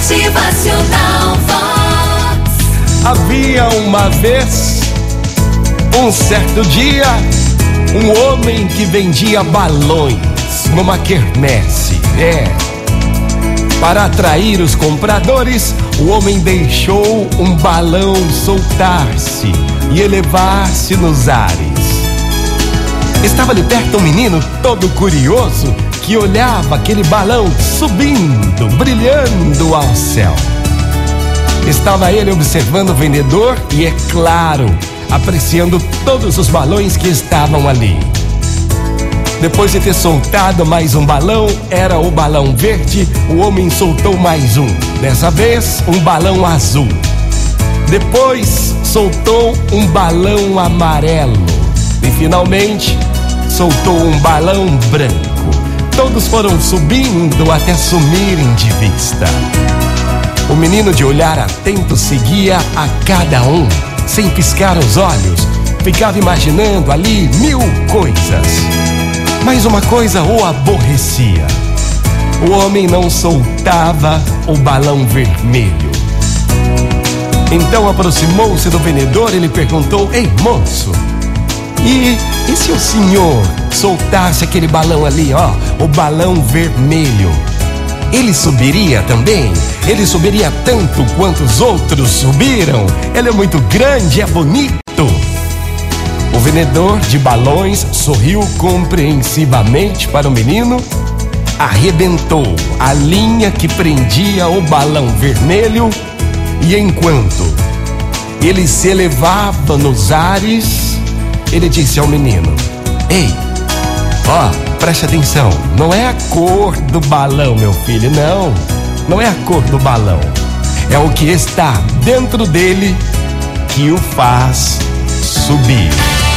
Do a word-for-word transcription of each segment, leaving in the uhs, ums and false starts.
Motivacional Vox. Havia uma vez, um certo dia, um homem que vendia balões numa quermesse. É. Para atrair os compradores, o homem deixou um balão soltar-se e elevar-se nos ares. Estava ali perto um menino todo curioso que olhava aquele balão subindo, brilhando ao céu. Estava ele observando o vendedor e, é claro, apreciando todos os balões que estavam ali. Depois de ter soltado mais um balão, era o balão verde, o homem soltou mais um. Dessa vez, um balão azul. Depois, soltou um balão amarelo. E, finalmente, soltou um balão branco. Todos foram subindo até sumirem de vista. O menino, de olhar atento, seguia a cada um, sem piscar os olhos. Ficava imaginando ali mil coisas. Mas uma coisa o aborrecia: o homem não soltava o balão vermelho. Então aproximou-se do vendedor e lhe perguntou: "Ei, moço, e, e se o senhor soltasse aquele balão ali, ó, o balão vermelho, ele subiria também? Ele subiria tanto quanto os outros subiram? Ele é muito grande, é bonito." O vendedor de balões sorriu compreensivamente para o menino, arrebentou a linha que prendia o balão vermelho e, enquanto ele se elevava nos ares, ele disse ao menino: "Ei, ó, preste atenção, não é a cor do balão, meu filho, não, não é a cor do balão, é o que está dentro dele que o faz subir."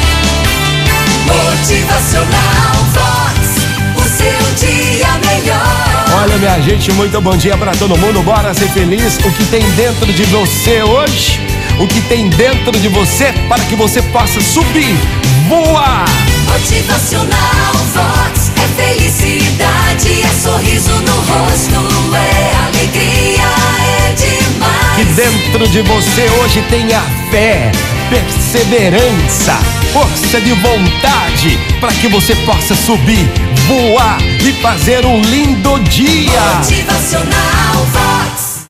Motivacional Vox, o seu dia melhor. Olha, minha gente, muito bom dia pra todo mundo. Bora ser feliz. O que tem dentro de você hoje? O que tem dentro de você para que você possa subir, voar? Motivacional Vox é felicidade, é sorriso no rosto, é alegria, é demais. Que dentro de você hoje tenha fé, perseverança, força de vontade, para que você possa subir, voar e fazer um lindo dia. Motivacional Vox.